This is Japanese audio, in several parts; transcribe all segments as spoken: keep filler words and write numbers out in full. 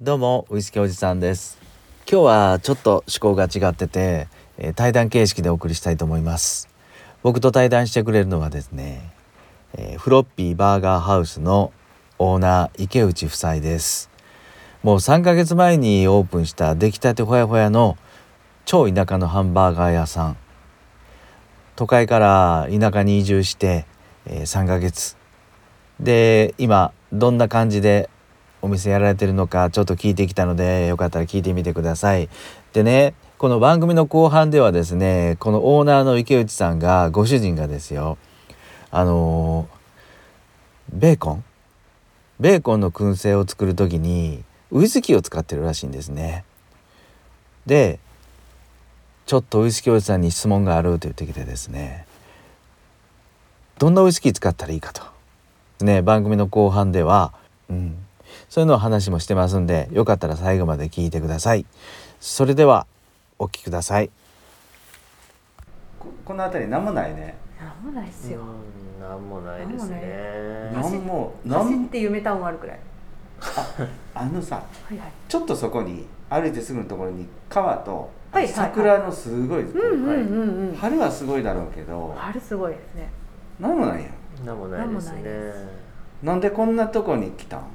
どうもウイスキーおじさんです。今日はちょっと趣向が違ってて、えー、対談形式でお送りしたいと思います。僕と対談してくれるのはですね、えー、フロッピーバーガーハウスのオーナー池内夫妻です。もうさんかげつまえにオープンした出来たてほやほやの超田舎のハンバーガー屋さん。都会から田舎に移住して、えー、さんかげつで、今どんな感じでお店やられてるのかちょっと聞いてきたので、よかったら聞いてみてください。でね、この番組の後半ではですね、このオーナーの池内さんが、ご主人がですよ、あのベーコンベーコンの燻製を作る時にウイスキーを使ってるらしいんですね。で、ちょっとウイスキーおじさんに質問があると言ってきてですね、どんなウイスキー使ったらいいかとね、番組の後半では、うん、そういうのを話もしてますんで、よかったら最後まで聞いてください。それではお聞きください。 こ, この辺り何もないね。 なんもないっすよ。 なんもないですね。 なんも走って夢タウンあるくらい。 あ, あのさ、 はいはい、 ちょっとそこに歩いてすぐのところに川と桜のすごい、春はすごいだろうけど、 春すごいですね。 何もないやん。 なんもないですね。 なんでこんなとこに来たん？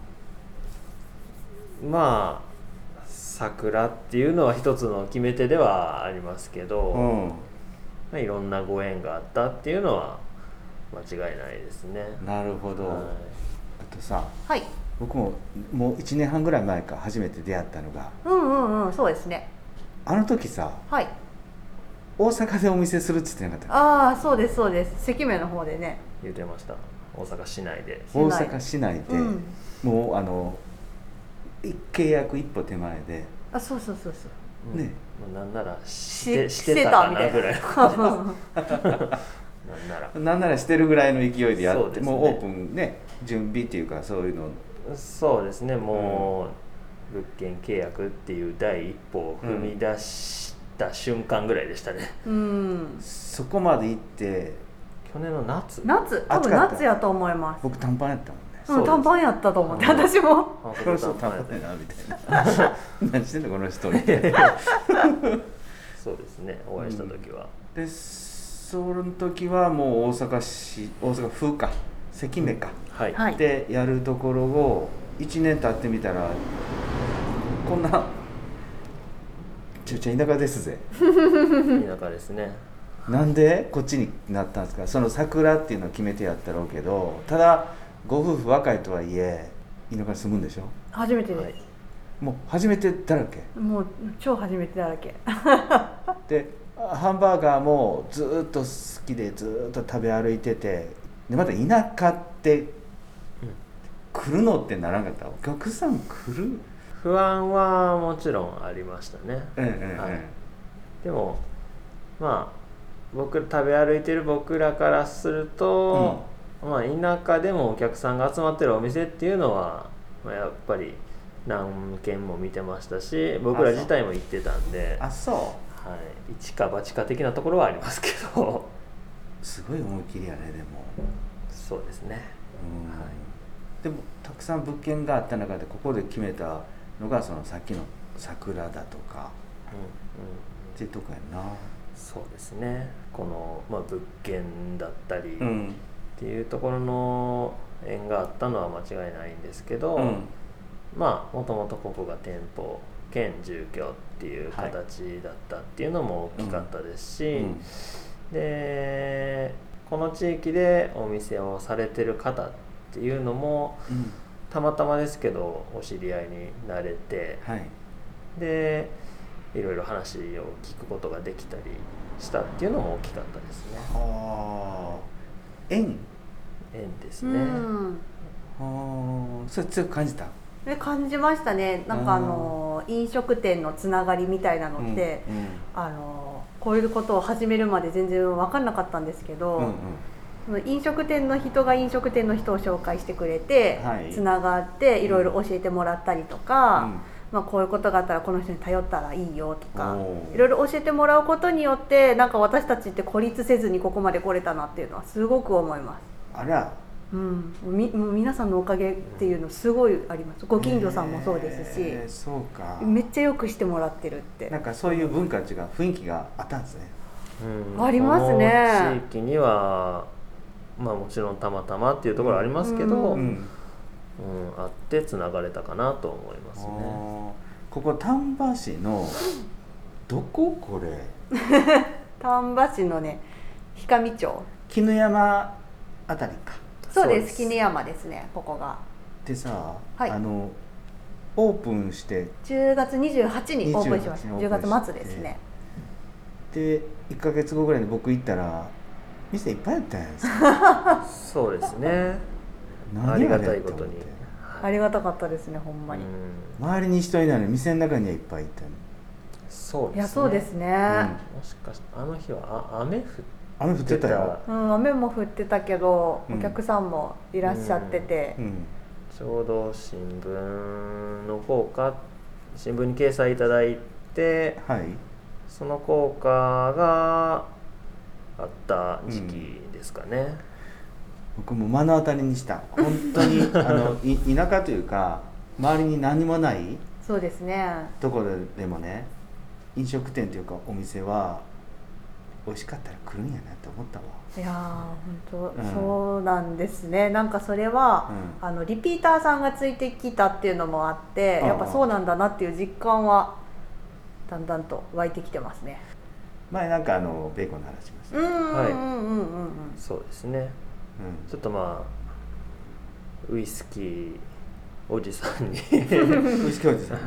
まあ桜っていうのは一つの決め手ではありますけど、うん、まあ、いろんなご縁があったっていうのは間違いないですね。 なるほど、はい、あとさ、 はい、 僕ももういちねんはんぐらい前か初めて出会ったのが、 うんうんうん、そうですね。 あの時さ、 はい、 大阪でお店するっつってなかったっけ？ ああ、そうですそうです。関名の方でね言ってました。大阪市内で大阪市内で、うん、もうあの契約一歩手前で、 あ、そうそうそうそう、 ね、 うん、なんならしてしてたかなぐらいのなんならなんならしてるぐらいの勢いでやって、ね、もうオープンね、準備っていうかそういうの。 そうですね、もう、うん、物件契約っていう第一歩を踏み出した瞬間ぐらいでしたね。 うん、 そこまで行って去年の夏夏多分夏やと思います。 僕短パンやったもんね。 うん、短パンやったと思って、私もこの人短パンやなみたいな何してんのこの人みたいなそうですね、お会いした時は、 うん、でその時はもう大阪市大阪府か関目か、 うん、はい、 でやるところをいちねん経ってみたらこんなちょちょ田舎ですぜ田舎ですね。 なんでこっちになったんですか？その桜っていうのを決めてやったろうけど、ただご夫婦若いとはいえ田舎に住むんでしょ？ 初めてです、はい、 もう初めてだらけ。 もう超初めてだらけでハンバーガーもずっと好きでずっと食べ歩いてて、でまた田舎って来るのってならなかった？お客さん来る？ 不安はもちろんありましたね、 ええ、はい、 でもまあ僕食べ歩いてる僕らからすると、うん、まあ、田舎でもお客さんが集まってるお店っていうのは、まあ、やっぱり何軒も見てましたし、僕ら自体も行ってたんで、 あ、そう、 はい、一か八か的なところはありますけどすごい思い切りやね。でもそうですね、 うん、はい、でもたくさん物件があった中でここで決めたのがそのさっきの桜だとか、うんうん、っていうとこやな。 そうですね、この、まあ、物件だったりっていうところの縁があったのは間違いないんですけど、うん、まあもともとここが店舗兼住居っていう形だったっていうのも大きかったですし、はい、うん、でこの地域でお店をされてる方っていうのも、うん、たまたまですけどお知り合いになれて、はい、でいろいろ話を聞くことができたりしたっていうのも大きかったですね。 はあ、縁縁ですね。うん、 はあ、それ強く感じた？ え、感じましたね。なんかあの飲食店のつながりみたいなのって、うんうん、あのこういうことを始めるまで全然分かんなかったんですけど、うんうん、飲食店の人が飲食店の人を紹介してくれて、はい、つながっていろいろ教えてもらったりとか、うん、まあ、こういうことがあったらこの人に頼ったらいいよとかいろいろ教えてもらうことによって、なんか私たちって孤立せずにここまで来れたなっていうのはすごく思います。 あら、 うん、み皆さんのおかげっていうのすごいあります。ご近所さんもそうですし、 えー、そうか、 めっちゃよくしてもらってるって、 なんかそういう文化っていうか雰囲気があったんですね。 うん、ありますね。 この地域にはまあもちろんたまたまっていうところありますけど、うんうん、あってつながれたかなと思いますね。 ここ丹波市のどここれ丹波市のね氷上町、 絹山あたりか。 そうです、絹山ですね、ここが。 でさ、 はい、 あのオープンしてじゅうがつにじゅうはちにちにオープンしました。じゅうがつまつですね。 でいっかげつごぐらいに僕行ったら店いっぱいあったんですか。 そうですね。ありがたいことにありがたかったですね、ほんまに。 周りに人いないのに店の中にはいっぱいいたの。 そうですね。 いや、そうですね、うん、 もしかしてあの日はあ雨降って雨降ってたよ、 うん、雨も降ってたけど、うん、お客さんもいらっしゃってて、 うんうん、ちょうど新聞の効果新聞に掲載いただいて、はい、その効果があった時期ですかね、うん、 僕も目の当たりにした本当にあの田舎というか周りに何もないそうですねところでもね、飲食店というかお店は美味しかったら来るんやなって思ったわ。 いや本当、うん、そうなんですね。なんかそれは、うん、あのリピーターさんがついてきたっていうのもあって、やっぱそうなんだなっていう実感はだんだんと湧いてきてますね。 前なんかあのベーコンの話しました、ね、 うんうんうんうんうん、 そうですね、うん、ちょっとまあウイスキーおじさんにウイスキーおじさん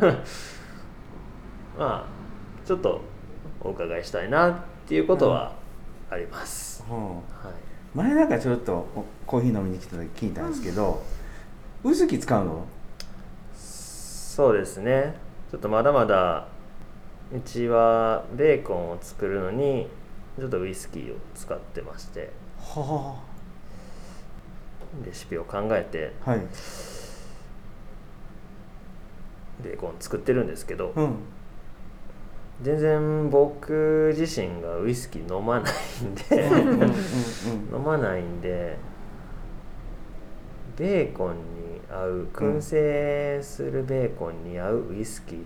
まあちょっとお伺いしたいなっていうことはあります、うんうんはい、前なんかちょっとコーヒー飲みに来た時聞いたんですけど、うん、ウイスキー使うの？ そうですね、ちょっとまだまだうちはベーコンを作るのにちょっとウイスキーを使ってまして、はあ、レシピを考えて、はい、ベーコン作ってるんですけど、うん、全然僕自身がウイスキー飲まないんで飲まないんでベーコンに合う燻製するベーコンに合うウイスキーって、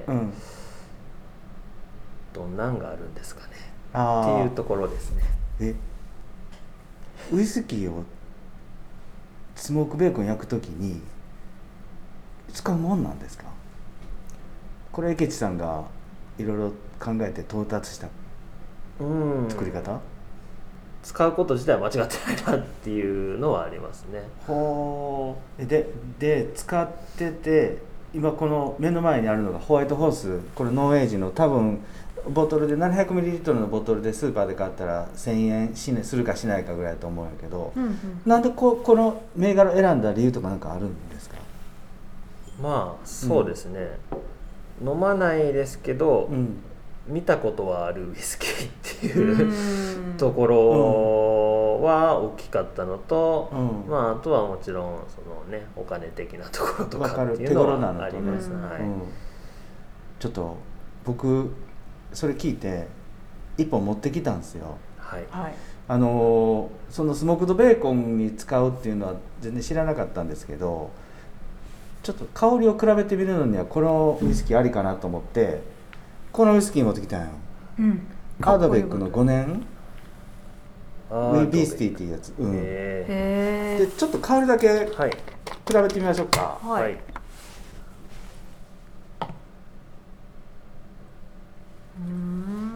うん、どんなんがあるんですかねっていうところですね。 えウイスキーをスモークベーコン焼くときに使うもんなんですか？これ池地さんがいろいろ考えて到達した作り方？ 使うこと自体は間違ってないなっていうのはありますね。 ほーでで使ってて今この目の前にあるのがホワイトホース、これノーエイジの多分ボトルで ななひゃくミリリットル のボトルでスーパーで買ったらせんえんしするかしないかぐらいだと思うんやけど、うんうん、なんで こ, この銘柄を選んだ理由とかなんかあるんですか？ まあそうですね、うん、飲まないですけど、うん、見たことはあるウイスキーっていうところは大きかったのと、うん、まああとはもちろんそのねお金的なところとかっていうのはあります。はい、うん、 ちょっと僕それ聞いて一本持ってきたんですよ。はい、あのそのスモークドベーコンに使うっていうのは全然知らなかったんですけど、ちょっと香りを比べてみるのにはこのウイスキーありかなと思ってこのウイスキー持ってきたんよ、うん、アードベックのごねんウィビースティーっていうやつ、うん、へでちょっと香りだけ比べてみましょうか。はい、はい、うん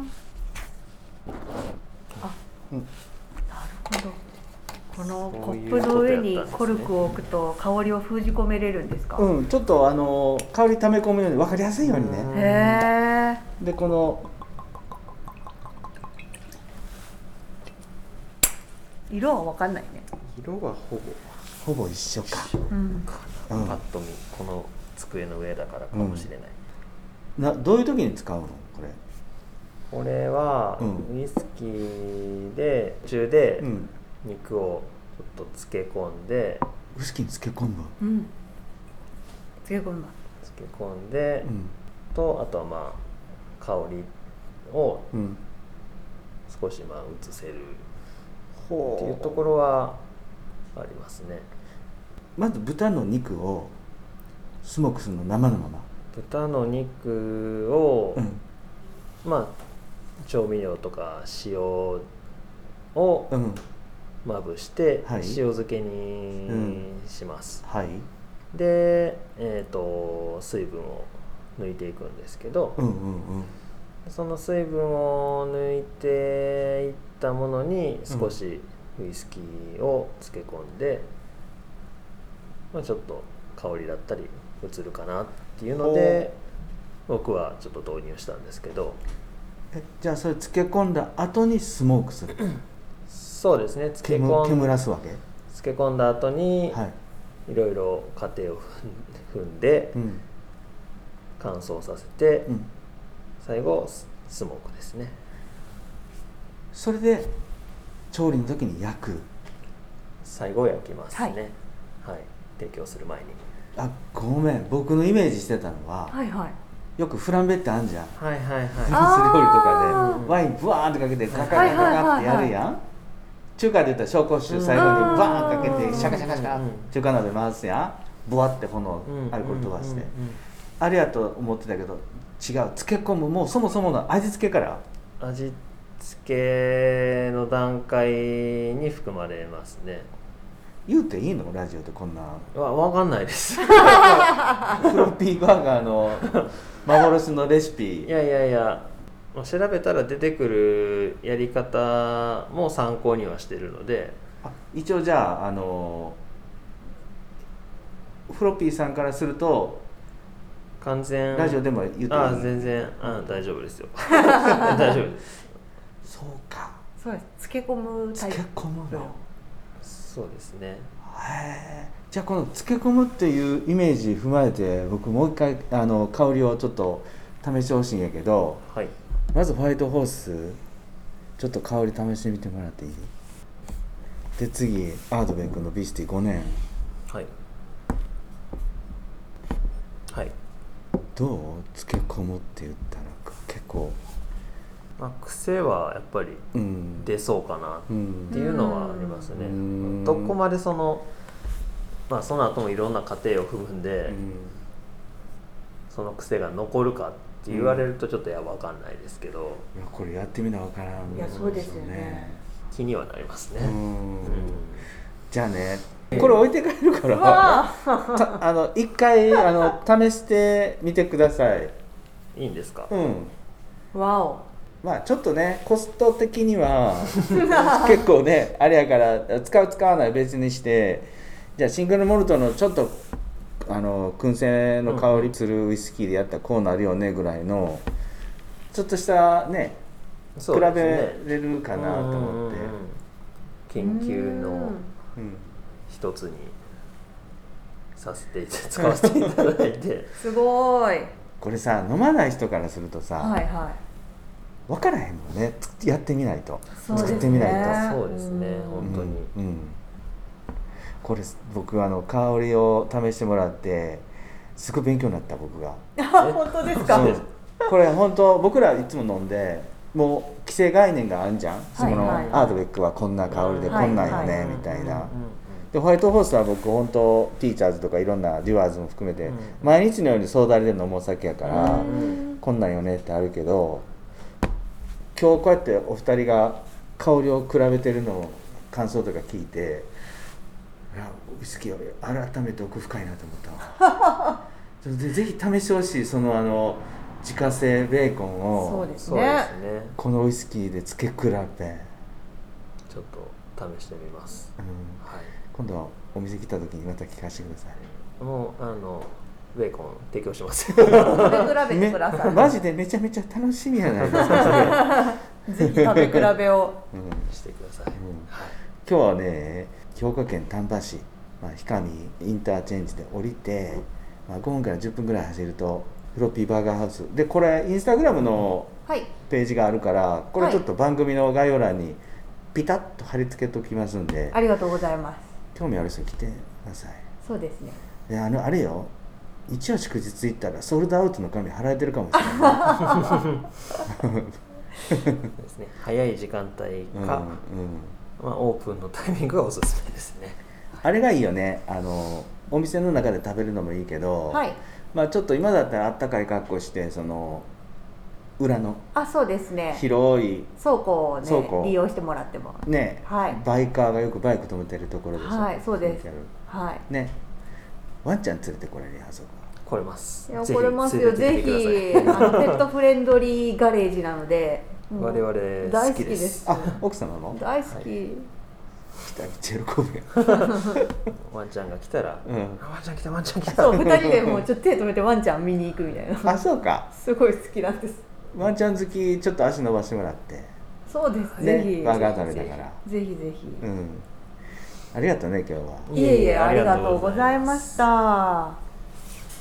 あ、うん、なるほど。このコップの上にコルクを置くと香りを封じ込めれるんですか？うん、ちょっとあの香り溜め込むように分かりやすいようにね。へー。でこの色は分かんないね。 色はほぼほぼ一緒か。 うん、パッと見この机の上だからかもしれない。 うん、などういう時に使うのこれ？ これはウイスキーで途中で、うん肉をちょっと漬け込んで、 ウイスキーに漬け込んだ、うん、 漬け込んだ漬け込んで、うん、とあとはまあ香りを少しまあ移せるっていうところはありますね。 まず豚の肉をスモークするの生のまま。 豚の肉を、 うん、 まあ調味料とか塩をうんまぶして、 はい、 塩漬けにします、 うん、はい。 で、えーと、水分を抜いていくんですけど、 うんうんうん、 その水分を抜いていったものに少しウイスキーを漬け込んで、まあ、ちょっと香りだったり移るかなっていうので僕はちょっと導入したんですけど。 えじゃあそれ漬け込んだ後にスモークするそうですね、漬け込ん煙らすわけ。 漬け込んだ後に、 はい、 いろいろ過程を踏んで、うん、乾燥させて、うん、最後スモークですね。 それで調理の時に焼く。 最後焼きますね、はい、はい、提供する前に。 あ、ごめん、僕のイメージしてたのは、 はいはい、 よくフランベってあんじゃん、 はいはいはい、フランス料理とかでワインブワーンってかけてガカガカガカってやるやん、はいはいはいはい、中華で言ったら紹興酒最後にバーンかけてシャカシャカシャカ中華鍋回すやん、ブワって炎アルコール飛ばして、あれやと思ってたけど違う、漬け込む、もうそもそもの味付けから。 味付けの段階に含まれますね。 言うていいのラジオでこんな。 わ分かんないですフロッピーバーガーの幻のレシピ。 いやいやいや、調べたら出てくるやり方も参考にはしてるので。 あ、一応じゃあ、あのフロッピーさんからすると完全ラジオでも言っていい？ ああ、全然あ大丈夫ですよ大丈夫です。 そうか、 そうです、漬け込むタイプ。 漬け込むの。 そうですね。 へえ。じゃあこの漬け込むっていうイメージ踏まえて、僕もう一回あの香りをちょっと試してほしいんやけど、はい、まずホワイトホースちょっと香り試してみてもらっていい？で次アードベックのビスティごねん。 はいはい。 どう？漬け込むって言ったら結構、 まあ、癖はやっぱり出そうかなっていうのはありますね、うん、どこまでその、まあ、その後もいろんな過程を踏んで、うん、その癖が残るかって言われるとちょっといや分かんないですけど、うん、いやこれやってみな分からん。 いやそうですよね、 気にはなりますね。うん、 じゃあね、これ置いて帰るからあの一回あの試してみてください。 いいんですか？ うん。 わお。 まあちょっとねコスト的には結構ねあれやから、使う使わない別にして、じゃあシングルモルトのちょっとあの燻製の香りするウイスキーでやったらこうなるよねぐらいのちょっとしたね比べれるかなと思って、 研究の一つにさせて使わせていただいてすごい。 これさ、飲まない人からするとさ、 はいはい、 分からへんもんね、やってみないと、 ね、 作ってみないと。そうですね、本当に、 うんうん、これ僕あの香りを試してもらってすごい勉強になった。僕が本当ですか？ これ本当僕らいつも飲んでもう既成概念があるじゃん、はいはい、そのアードベックはこんな香りでこんなんよねみたいな。でホワイトホースは僕本当ティーチャーズとかいろんなデュアーズも含めて、うん、毎日のようにソーダで飲むお酒やから、うん、こんなんよねってあるけど、今日こうやってお二人が香りを比べてるのを感想とか聞いて、いやウイスキーを改めて奥深いなと思ったでぜひ試してほしい、そのあの自家製ベーコンをそうですね、 このウイスキーで漬け比べちょっと試してみます、うんはい、今度お店来た時にまた聞かせてください。 もうあのベーコン提供します食べ比べてください。 マジでめちゃめちゃ楽しみやないですかぜひ食べ比べを、 うん、してください、うんはい、今日はね兵庫県丹波市、まあ、氷上インターチェンジで降りて、まあ、ごふんからじゅっぷんぐらい走るとフロッピーバーガーハウスで、これインスタグラムのページがあるから、はい、これちょっと番組の概要欄にピタッと貼り付けておきますんで、 ありがとうございます。興味ある人来てください。 そうですね。 であのあれよ、日曜祝日行ったらソールドアウトの紙払えてるかもしれないですね。早い時間帯か、うんうん、まあ、オープンのタイミングがおすすめですね。 あれがいいよね。あのお店の中で食べるのもいいけど、 はい、 まあちょっと今だったらあったかい格好してその裏のあ、そうですね、 広い倉庫をね倉庫利用してもらってもね、 はい、 バイカーがよくバイク止めてるところでしょ。 はい、そうです、 やるはいね。ワンちゃん連れてこれるよあそこ。 来れます。 いやぜひ来れますよ、ぜ連れてってひくださいあのペットフレンドリーガレージなのでもう我々 大好きです。 好きですあ、奥様も大好き、 はい来たらめっちゃ喜ぶよ。 ワンちゃんが来たら、 うんあワンちゃん来たワンちゃん来た。 そうふたりでもうちょっと手止めてワンちゃん見に行くみたいなあ、そうか。 すごい好きなんです。 ワンちゃん好きちょっと足伸ばしてもらってそうです、 ね、 ぜひバーガー食べながら。 ぜひぜひ、 うん。ありがとうね今日は。 いえいえありがとうございました。